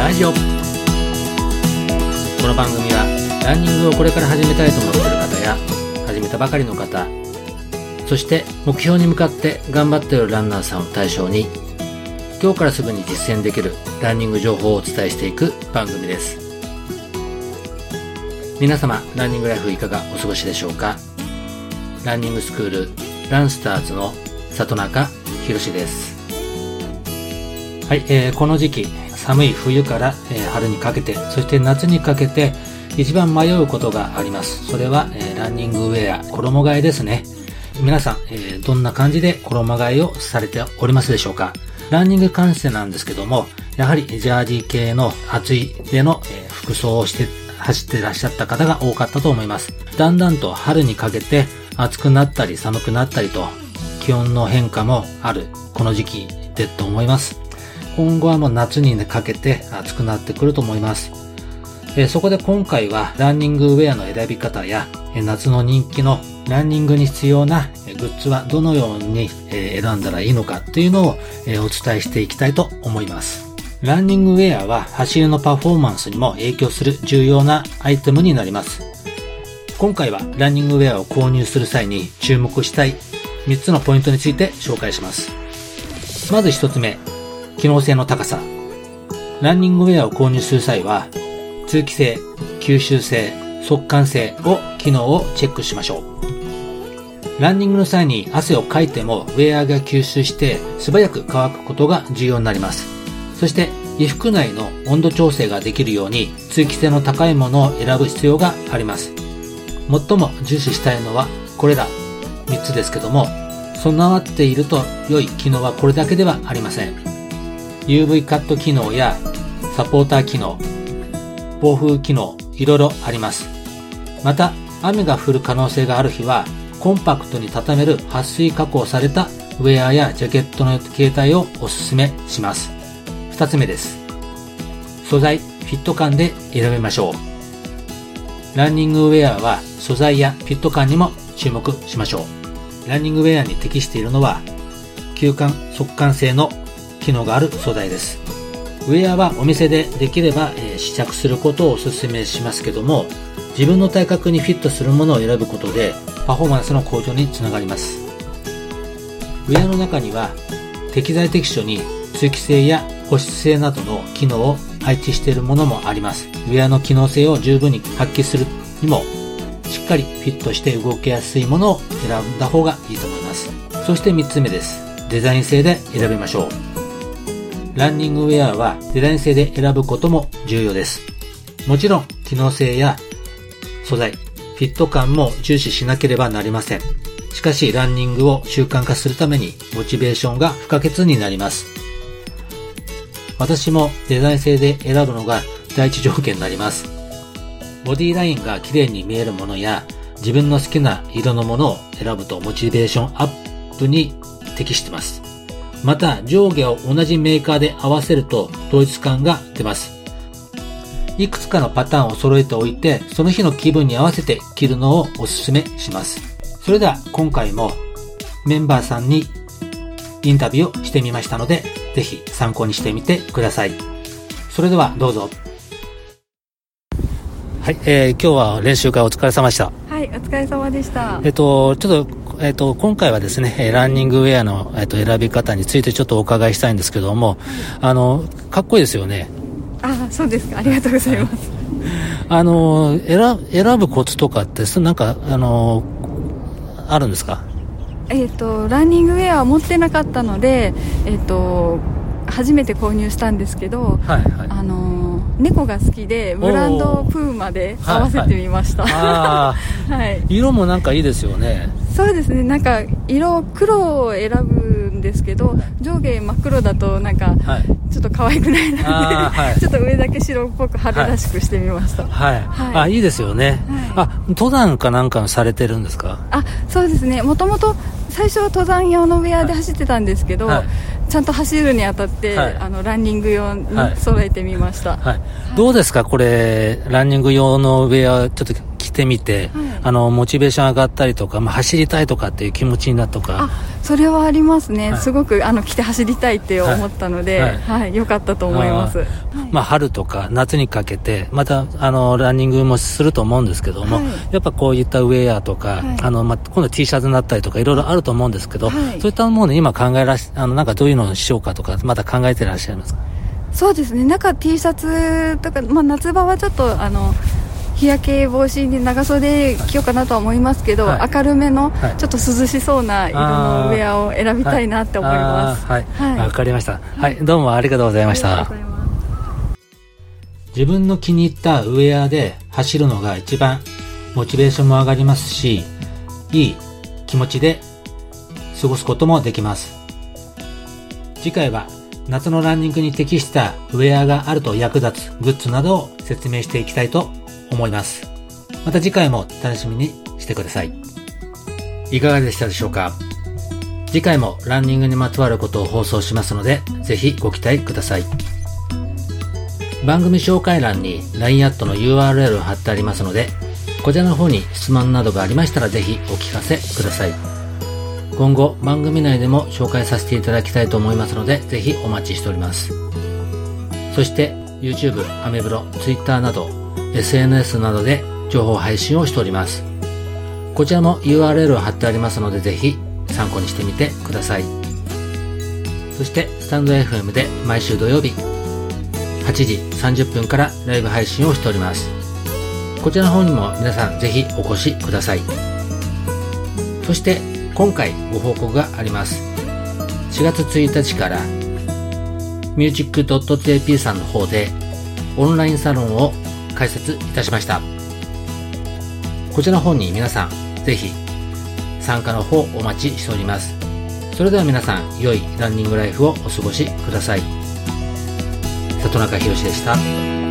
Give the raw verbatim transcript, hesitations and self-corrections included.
ラジオ。この番組はランニングをこれから始めたいと思っている方や始めたばかりの方、そして目標に向かって頑張っているランナーさんを対象に、今日からすぐに実践できるランニング情報をお伝えしていく番組です。皆様、ランニングライフいかがお過ごしでしょうか。ランニングスクールランスターズの里中博です。はい、えー、この時期寒い冬から、えー、春にかけて、そして夏にかけて一番迷うことがあります。それは、えー、ランニングウェア、衣替えですね。皆さん、えー、どんな感じで衣替えをされておりますでしょうか。ランニング関してなんですけども、やはりジャージー系の厚いでの、えー、服装をして走っていらっしゃった方が多かったと思います。だんだんと春にかけて暑くなったり寒くなったりと気温の変化もあるこの時期でと思います。今後はもう夏にかけて暑くなってくると思います。えー、そこで今回はランニングウェアの選び方や、えー、夏の人気のランニングに必要なグッズはどのように、えー、選んだらいいのかというのを、えー、お伝えしていきたいと思います。ランニングウェアは走りのパフォーマンスにも影響する重要なアイテムになります。今回はランニングウェアを購入する際に注目したいみっつのポイントについて紹介します。まずひとつめ、機能性の高さ。ランニングウェアを購入する際は、通気性、吸収性、速乾性を機能をチェックしましょう。ランニングの際に汗をかいてもウェアが吸収して素早く乾くことが重要になります。そして衣服内の温度調整ができるように通気性の高いものを選ぶ必要があります。最も重視したいのはこれらみっつですけども、備わっていると良い機能はこれだけではありません。ユーブイ カット機能やサポーター機能、防風機能、いろいろあります。また、雨が降る可能性がある日は、コンパクトに畳める撥水加工されたウェアやジャケットの形態をお勧めします。二つ目です。素材、フィット感で選びましょう。ランニングウェアは素材やフィット感にも注目しましょう。ランニングウェアに適しているのは、吸汗・速乾性の機能がある素材です。ウェアはお店でできれば、えー、試着することをお勧めしますけども、自分の体格にフィットするものを選ぶことでパフォーマンスの向上につながります。ウェアの中には適材適所に通気性や保湿性などの機能を配置しているものもあります。ウェアの機能性を十分に発揮するにもしっかりフィットして動きやすいものを選んだ方がいいと思います。そしてみっつめです。デザイン性で選びましょう。ランニングウェアはデザイン性で選ぶことも重要です。もちろん機能性や素材、フィット感も重視しなければなりません。しかしランニングを習慣化するためにモチベーションが不可欠になります。私もデザイン性で選ぶのが第一条件になります。ボディラインが綺麗に見えるものや自分の好きな色のものを選ぶとモチベーションアップに適しています。また上下を同じメーカーで合わせると統一感が出ます。いくつかのパターンを揃えておいて、その日の気分に合わせて着るのをお勧めします。それでは今回もメンバーさんにインタビューをしてみましたので、ぜひ参考にしてみてください。それではどうぞ。はい、えー、今日は練習会お疲れ様でした。 はい、お疲れ様でした。 えっと、ちょっとえっと、今回はですね、ランニングウェアの、えっと、選び方についてちょっとお伺いしたいんですけども、はい、あの、かっこいいですよね。 あ、そうですか。ありがとうございます。 あの、選、選ぶコツとかって、なんか、あの、あるんですか？ えっと、ランニングウェアは持ってなかったので、えっと、初めて購入したんですけど、はいはい、あの猫が好きでブランドプーマで合わせてみました。はいはい、あはい、色もなんかいいですよね。 そうですね、なんか色黒を選ぶんですけど、上下真っ黒だとなんかちょっと可愛くないので、はい、ちょっと上だけ白っぽく春らしくしてみました。はい、 はいはい、あ、いいですよね。はい、あ、登山かなんかされてるんですか？ あ、そうですね、もともと最初は登山用のウェアで走ってたんですけど、はい、ちゃんと走るにあたって、はい、あのランニング用に揃えてみました。はいはい、 どうですかこれ、ランニング用のウェアちょっと着てみて、はい、あのモチベーション上がったりとか、まあ、走りたいとかっていう気持ちになるとか。 あ、それはありますね、はい、すごくあの来て走りたいって思ったので、はいはいはい、よかったと思います。 まあ、春とか夏にかけてまたあのランニングもすると思うんですけども、はい、やっぱこういったウェアとか、はい、あのまあ、今度 T シャツになったりとかいろいろあると思うんですけど、はい、そういったものを今考えらしあのなんかどういうのにしようかとかまた考えてらっしゃいますか？ そうですね、なんか T シャツとか、まあ、夏場はちょっとあの日焼け防止に長袖着ようかなとは思いますけど、はい、明るめのちょっと涼しそうな色のウェアを選びたいなって思います。 はい、はいはい、わかりました、はい、どうもありがとうございました。自分の気に入ったウェアで走るのが一番モチベーションも上がりますし、いい気持ちで過ごすこともできます。次回は夏のランニングに適したウェアがあると役立つグッズなどを説明していきたいと思います。また次回も楽しみにしてください。いかがでしたでしょうか？次回もランニングにまつわることを放送しますので、ぜひご期待ください。番組紹介欄に ライン アットの ユーアールエル を貼ってありますので、こちらの方に質問などがありましたらぜひお聞かせください。今後番組内でも紹介させていただきたいと思いますので、ぜひお待ちしております。そして YouTube、アメブロ、Twitter など エスエヌエス などで情報配信をしております。こちらも ユーアールエル を貼ってありますので、ぜひ参考にしてみてください。そしてスタンド エフエム で毎週土曜日はちじさんじゅっぷんからライブ配信をしております。こちらの方にも皆さんぜひお越しください。そして今回ご報告があります。しがつついたちから ミュージックドットジェーピー さんの方でオンラインサロンを開設いたしました。こちらの方に皆さんぜひ参加の方お待ちしております。それでは皆さん良いランニングライフをお過ごしください。里中宏でした。